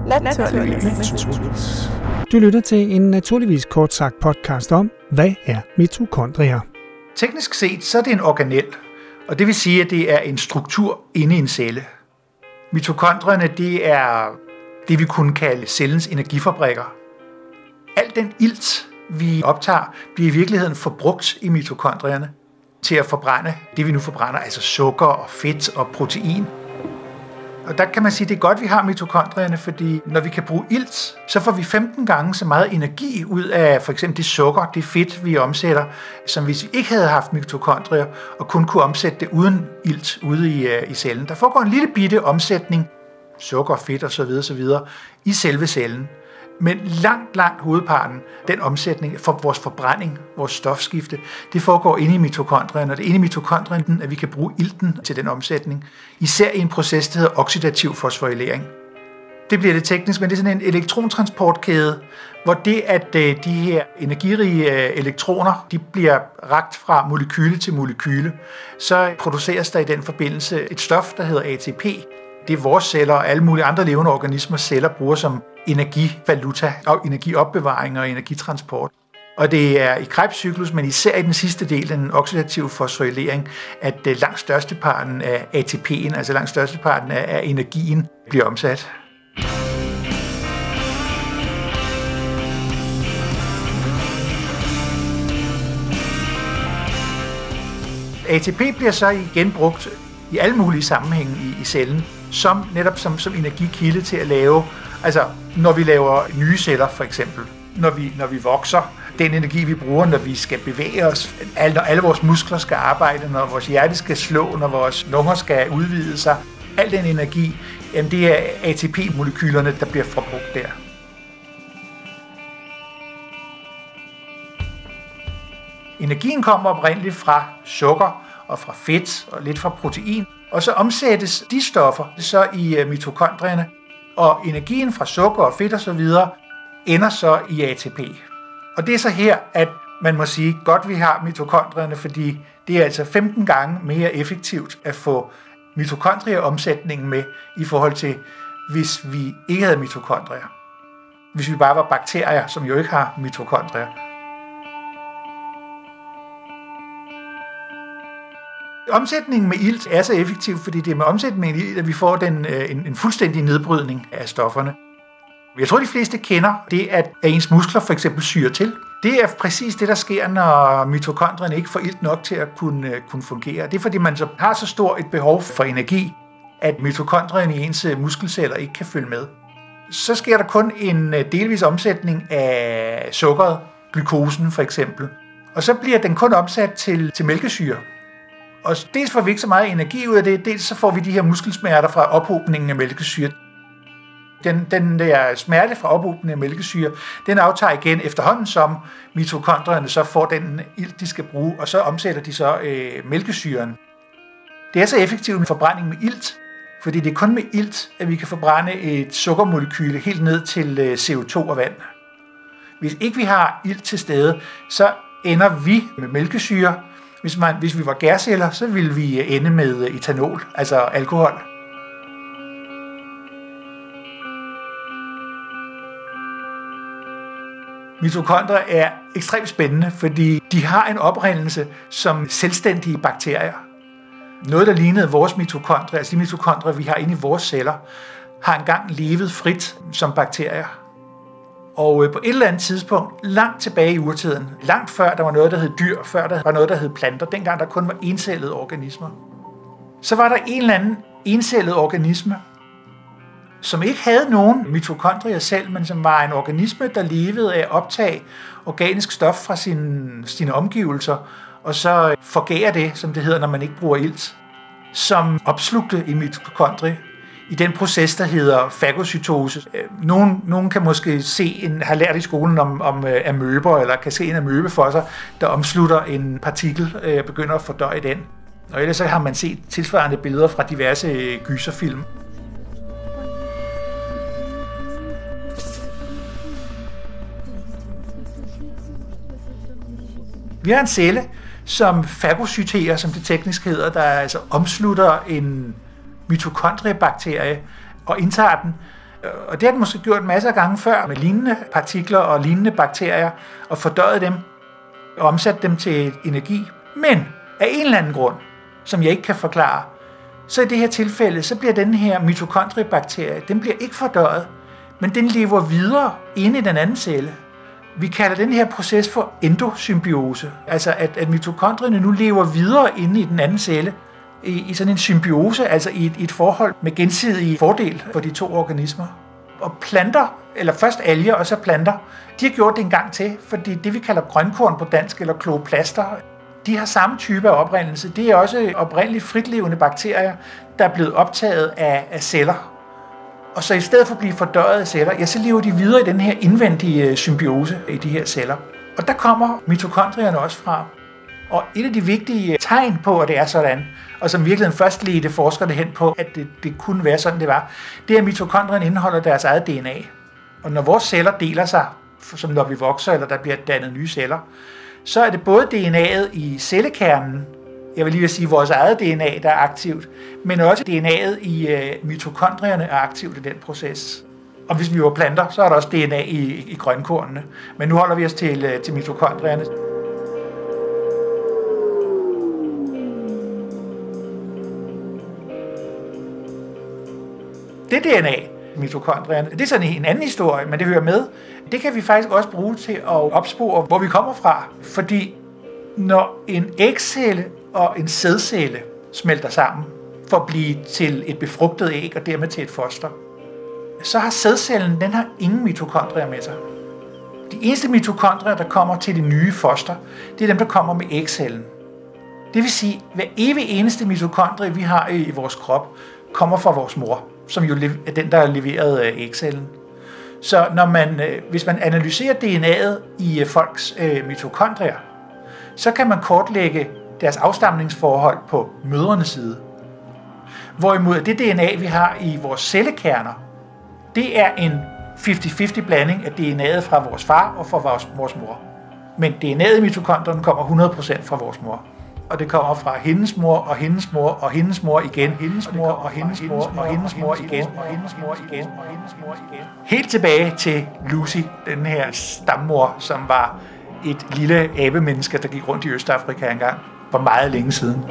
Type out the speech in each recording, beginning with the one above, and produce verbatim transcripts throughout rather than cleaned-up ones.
Naturligvis. Du lytter til en naturligvis kort sagt podcast om, hvad er mitokondrier? Teknisk set så er det en organel, og det vil sige, at det er en struktur inde i en celle. Mitokondrierne, det er det, vi kunne kalde cellens energifabrikker. Al den ilt, vi optager, bliver i virkeligheden forbrugt i mitokondrierne til at forbrænde det, vi nu forbrænder, altså sukker og fedt og protein. Og der kan man sige, at det er godt, at vi har mitokondrierne, fordi når vi kan bruge ilt, så får vi femten gange så meget energi ud af for eksempel det sukker, det fedt, vi omsætter, som hvis vi ikke havde haft mitokondrier og kun kunne omsætte det uden ilt ude i, i cellen. Der foregår en lille bitte omsætning, sukker, fedt osv. osv. i selve cellen. Men langt, langt hovedparten, den omsætning for vores forbrænding, vores stofskifte, det foregår inde i mitokondrierne, og det er inde i mitokondrierne, at vi kan bruge ilten til den omsætning. Især i en proces, der hedder oxidativ fosforylering. Det bliver det teknisk, men det er sådan en elektrontransportkæde, hvor det, at de her energirige elektroner, de bliver rakt fra molekyle til molekyle, så produceres der i den forbindelse et stof, der hedder A T P. Det er vores celler og alle mulige andre levende organismers celler bruger som energivaluta, og energiopbevaring og energitransport. Og det er i Krebscyklus, men især i den sidste del, den oxidative fosforylering, at langt størsteparten af A T P'en, altså langt størsteparten af energien, bliver omsat. A T P bliver så igen brugt i alle mulige sammenhænge i, i cellen, som netop som, som energikilde til at lave, altså når vi laver nye celler for eksempel, når vi, når vi vokser, den energi vi bruger, når vi skal bevæge os, når alle vores muskler skal arbejde, når vores hjerte skal slå, når vores lunger skal udvide sig, al den energi, jamen det er A T P-molekylerne, der bliver forbrugt der. Energien kommer oprindeligt fra sukker og fra fedt og lidt fra protein, og så omsættes de stoffer så i mitokondrierne, og energien fra sukker og fedt og så videre ender så i A T P. Og det er så her, at man må sige, godt vi har mitokondrierne, fordi det er altså femten gange mere effektivt at få mitokondrieomsætningen med i forhold til, hvis vi ikke havde mitokondrier. Hvis vi bare var bakterier, som jo ikke har mitokondrier. Omsætningen med ilt er så effektiv, fordi det er med omsætningen med ilt, at vi får den, en, en fuldstændig nedbrydning af stofferne. Jeg tror, de fleste kender det, at ens muskler for eksempel syrer til. Det er præcis det, der sker, når mitokondrierne ikke får ilt nok til at kunne, kunne fungere. Det er, fordi man så har så stort et behov for energi, at mitokondrierne i ens muskelceller ikke kan følge med. Så sker der kun en delvis omsætning af sukkeret, glykosen for eksempel, og så bliver den kun omsat til, til mælkesyre. Og dels får vi ikke så meget energi ud af det, dels så får vi de her muskelsmerter fra ophobningen af mælkesyre. Den, den der smerte fra ophobningen af mælkesyre, den aftager igen efterhånden, som mitokondrierne så får den ilt, de skal bruge, og så omsætter de så øh, mælkesyren. Det er så effektivt med forbrænding med ilt, fordi det er kun med ilt, at vi kan forbrænde et sukkermolekyle helt ned til øh, C O to og vand. Hvis ikke vi har ilt til stede, så ender vi med mælkesyre. Hvis, man, hvis vi var gærceller, så ville vi ende med etanol, altså alkohol. Mitokondrier er ekstremt spændende, fordi de har en oprindelse som selvstændige bakterier. Noget, der lignede vores mitokondrier, altså de mitokondrier, vi har inde i vores celler, har engang levet frit som bakterier. Og på et eller andet tidspunkt, langt tilbage i urtiden, langt før der var noget, der hed dyr, før der var noget, der hed planter, dengang der kun var encellede organismer, så var der en eller anden encellet organisme, som ikke havde nogen mitokondrier selv, men som var en organisme, der levede af at optage organisk stof fra sine, sine omgivelser, og så forgære det, som det hedder, når man ikke bruger ilt, som opslugte en mitokondrie i den proces, der hedder fagocytose. Nogen, nogen kan måske se en, har lært i skolen om, om amøber, eller kan se en amøbe for sig, der omslutter en partikel og begynder at fordøje den. Og ellers så har man set tilsvarende billeder fra diverse gyserfilm. Vi har en celle, som fagocyterer, som det teknisk hedder, der altså omslutter en mitokondriebakterie og indtager den, Og det har den måske gjort masser af gange før med lignende partikler og lignende bakterier, og fordøjet dem og omsat dem til energi. Men af en eller anden grund, som jeg ikke kan forklare, så i det her tilfælde, så bliver den her mitokondriebakterie, den bliver ikke fordøjet, men den lever videre inde i den anden celle. Vi kalder den her proces for endosymbiose, altså at, at mitokondrierne nu lever videre inde i den anden celle, i, i sådan en symbiose, altså i et, i et forhold med gensidig fordel for de to organismer. Og planter, eller først alger og så planter, de har gjort det en gang til, fordi det vi kalder grønkorn på dansk, eller kloroplaster, de har samme type af oprindelse. Det er også oprindeligt fritlevende bakterier, der er blevet optaget af, af celler. Og så i stedet for at blive fordøjet af celler, ja, så lever de videre i den her indvendige symbiose i de her celler. Og der kommer mitokondrierne også fra. Og et af de vigtige tegn på, at det er sådan, og som virkelig først ledte forskerne hen på, at det, det kunne være sådan, det var, det er, at mitokondrierne indeholder deres eget D N A. Og når vores celler deler sig, som når vi vokser, eller der bliver dannet nye celler, så er det både D N A'et i cellekernen, jeg vil lige vil sige vores eget D N A, der er aktivt, men også D N A'et i øh, mitokondrierne er aktivt i den proces. Og hvis vi var planter, så er der også D N A i, i, i grønkornene. Men nu holder vi os til, øh, til mitokondrierne. Det D N A, mitokondrierne, det er sådan en anden historie, men det hører med. Det kan vi faktisk også bruge til at opspore, hvor vi kommer fra. Fordi når en ægcelle og en sædcelle smelter sammen for at blive til et befrugtet æg og dermed til et foster, så har sædcellen, den har ingen mitokondrier med sig. De eneste mitokondrier, der kommer til det nye foster, det er dem, der kommer med ægcellen. Det vil sige, at hver evig eneste mitokondrie, vi har i vores krop, kommer fra vores mor, som jo er den, der har leveret ægcellen. Så når man, hvis man analyserer D N A'et i folks mitokondrier, så kan man kortlægge deres afstamningsforhold på mødrenes side. Hvorimod det D N A, vi har i vores cellekerner, det er en halvtreds halvtreds blanding af D N A'et fra vores far og fra vores, vores mor. Men D N A'et i mitokondrierne kommer hundrede procent fra vores mor. Og det kommer fra hendes mor, og hendes mor, og hendes mor igen, hendes mor, og hendes mor, og hendes mor igen, og hendes mor igen, og hendes mor igen. Helt tilbage til Lucy, den her stammor, som var et lille abemenneske, der gik rundt i Østafrika engang, for meget længe siden.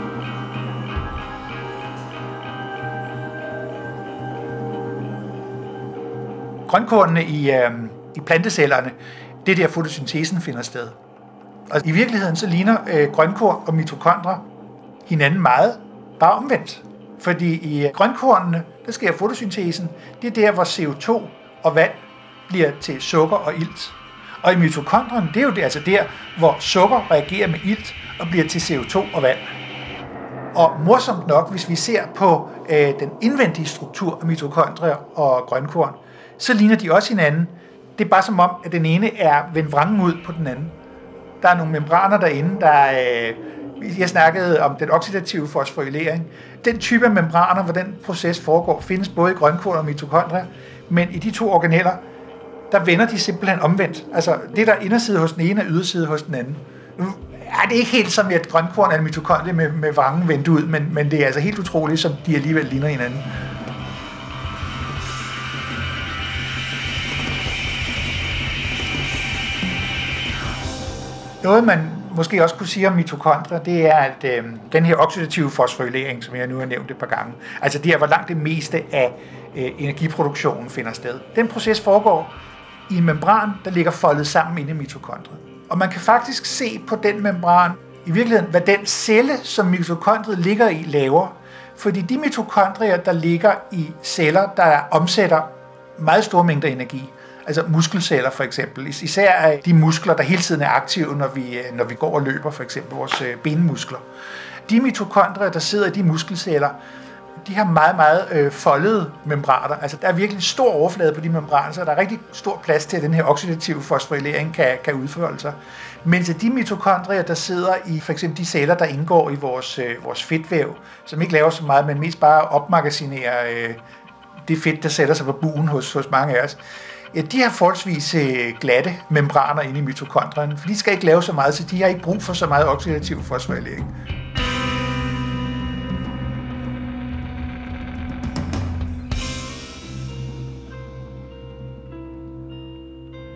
Grønkornene i, øh, i plantecellerne, det er der fotosyntesen finder sted. Og i virkeligheden så ligner øh, grønkorn og mitokondrier hinanden meget, bare omvendt. Fordi i grønkornene, der sker fotosyntesen, det er der, hvor C O to og vand bliver til sukker og ilt. Og i mitokondrierne, det er jo det, altså der, hvor sukker reagerer med ilt og bliver til C O to og vand. Og morsomt nok, hvis vi ser på øh, den indvendige struktur af mitokondrier og grønkorn, så ligner de også hinanden. Det er bare som om, at den ene er vendt vrangen ud på den anden. Der er nogle membraner derinde, der øh, jeg snakkede om den oxidative fosforylering. Den type af membraner, hvor den proces foregår, findes både i grønkorn og mitokondrier, men i de to organeller, der vender de simpelthen omvendt. Altså det, der er inderside hos den ene, er yderside hos den anden. Ja, det er ikke helt som et grønkorn eller mitokondrie med, med vrangen vendt ud, men, men det er altså helt utroligt, som de alligevel ligner hinanden. Noget, man måske også kunne sige om mitokondrier, det er, at øh, den her oxidative fosforylering, som jeg nu har nævnt et par gange, altså det er, hvor langt det meste af øh, energiproduktionen finder sted. Den proces foregår i en membran, der ligger foldet sammen inde i mitokondriet. Og man kan faktisk se på den membran, i virkeligheden, hvad den celle, som mitokondriet ligger i, laver. Fordi de mitokondrier, der ligger i celler, der omsætter meget store mængder energi, altså muskelceller for eksempel, især de muskler, der hele tiden er aktive, når vi, når vi går og løber, for eksempel vores benmuskler. De mitokondrier, der sidder i de muskelceller, de har meget, meget øh, foldede membraner. Altså der er virkelig en stor overflade på de membraner, så der er rigtig stor plads til, at den her oxidative fosforylering kan, kan udfolde sig. Mens de mitokondrier, der sidder i for eksempel de celler, der indgår i vores, øh, vores fedtvæv, som ikke laver så meget, men mest bare opmagasinerer øh, det fedt, der sætter sig på buen hos, hos mange af os, ja, de har forholdsvis glatte membraner inde i mitokondrierne, for de skal ikke lave så meget, så de har ikke brug for så meget oxidativ fosforylering.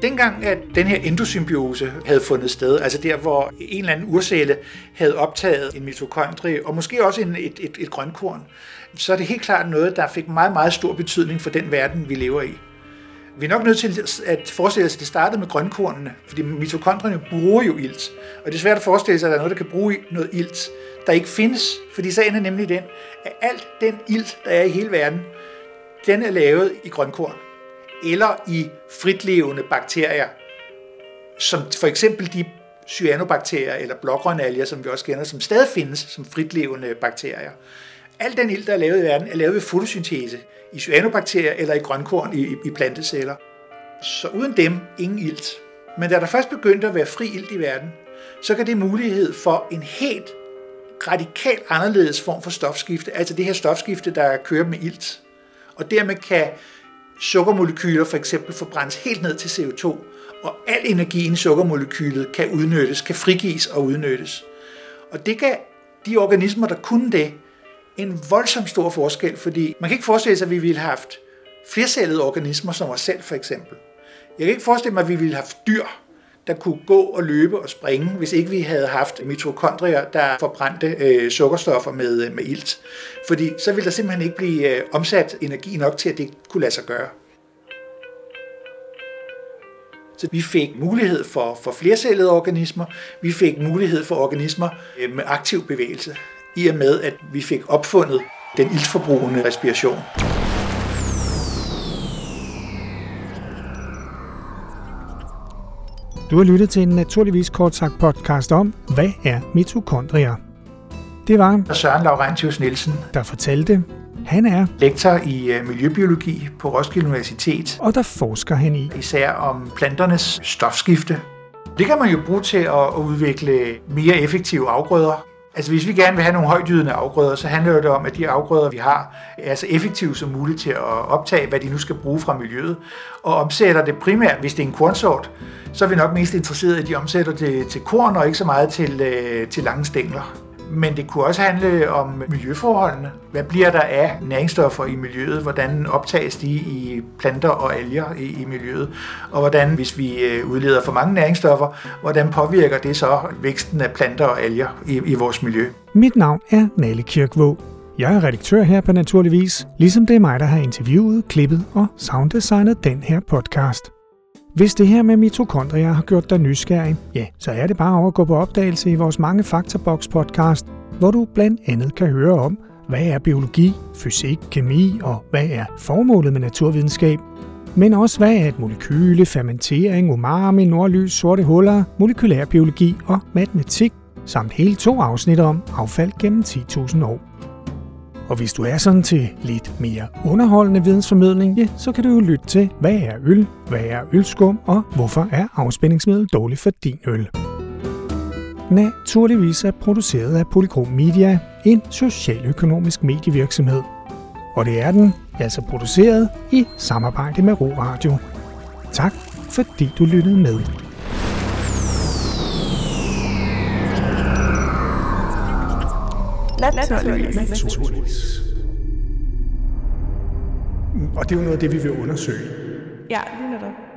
Dengang, at den her endosymbiose havde fundet sted, altså der, hvor en eller anden urcelle havde optaget en mitokondrie, og måske også en, et, et, et grønkorn, så er det helt klart noget, der fik meget, meget stor betydning for den verden, vi lever i. Vi er nok nødt til at forestille os, at det startede med grønkornene, fordi mitokondrierne bruger jo ilt. Og det er svært at forestille sig, at der er noget, der kan bruge noget ilt, der ikke findes. Fordi sagen er nemlig den, at alt den ilt, der er i hele verden, den er lavet i grønkorn. Eller i fritlevende bakterier, som for eksempel de cyanobakterier eller blågrønalger, som vi også kender, som stadig findes som fritlevende bakterier. Al den ilt, der er lavet i verden, er lavet ved fotosyntese i cyanobakterier eller i grønkorn i, i planteceller. Så uden dem, ingen ilt. Men da der først begyndte at være fri ilt i verden, så kan det mulighed for en helt radikalt anderledes form for stofskifte, altså det her stofskifte, der kører med ilt. Og dermed kan sukkermolekyler for eksempel forbrændes helt ned til C O to, og al energien i sukkermolekylet kan udnyttes, kan frigives og udnyttes. Og det kan de organismer, der kunne det, en voldsomt stor forskel, fordi man kan ikke forestille sig, at vi ville have haft flercellede organismer som os selv for eksempel. Jeg kan ikke forestille mig, at vi ville have haft dyr, der kunne gå og løbe og springe, hvis ikke vi havde haft mitokondrier, der forbrændte øh, sukkerstoffer med, med ilt. Fordi så ville der simpelthen ikke blive øh, omsat energi nok til, at det kunne lade sig gøre. Så vi fik mulighed for, for flercellede organismer, vi fik mulighed for organismer øh, med aktiv bevægelse, i og med, at vi fik opfundet den iltforbrugende respiration. Du har lyttet til en Naturligvis Kort Sagt podcast om, hvad er mitokondrier. Det var Søren Laurentius Nielsen, der fortalte. Han er lektor i miljøbiologi på Roskilde Universitet, og der forsker han i især om planternes stofskifte. Det kan man jo bruge til at udvikle mere effektive afgrøder. Altså hvis vi gerne vil have nogle højtydende afgrøder, så handler det om, at de afgrøder, vi har, er så effektive som muligt til at optage, hvad de nu skal bruge fra miljøet, og omsætter det primært, hvis det er en kornsort, så er vi nok mest interesseret i, at de omsætter det til korn og ikke så meget til, til lange stængler. Men det kunne også handle om miljøforholdene. Hvad bliver der af næringsstoffer i miljøet? Hvordan optages de i planter og alger i, i miljøet? Og hvordan, hvis vi udleder for mange næringsstoffer, hvordan påvirker det så væksten af planter og alger i, i vores miljø? Mit navn er Nalle Kirkvåg. Jeg er redaktør her på Naturligvis, ligesom det er mig, der har interviewet, klippet og sounddesignet den her podcast. Hvis det her med mitokondrier har gjort dig nysgerrig, ja, så er det bare over at gå på opdagelse i vores mange Faktaboks podcast, hvor du blandt andet kan høre om, hvad er biologi, fysik, kemi og hvad er formålet med naturvidenskab. Men også hvad er et molekyle, fermentering, umami, nordlys, sorte huller, molekylær biologi og matematik, samt hele to afsnit om affald gennem ti tusind år. Og hvis du er sådan til lidt mere underholdende vidensformidling, ja, så kan du jo lytte til, hvad er øl, hvad er ølskum, og hvorfor er afspændingsmiddel dårligt for din øl. Naturligvis er produceret af Polykrom Media, en socialøkonomisk medievirksomhed. Og det er den, altså produceret i samarbejde med Ro Radio. Tak fordi du lyttede med. Naturligvis. Naturligvis. Og det er jo noget af det, vi vil undersøge. Ja, lige netop.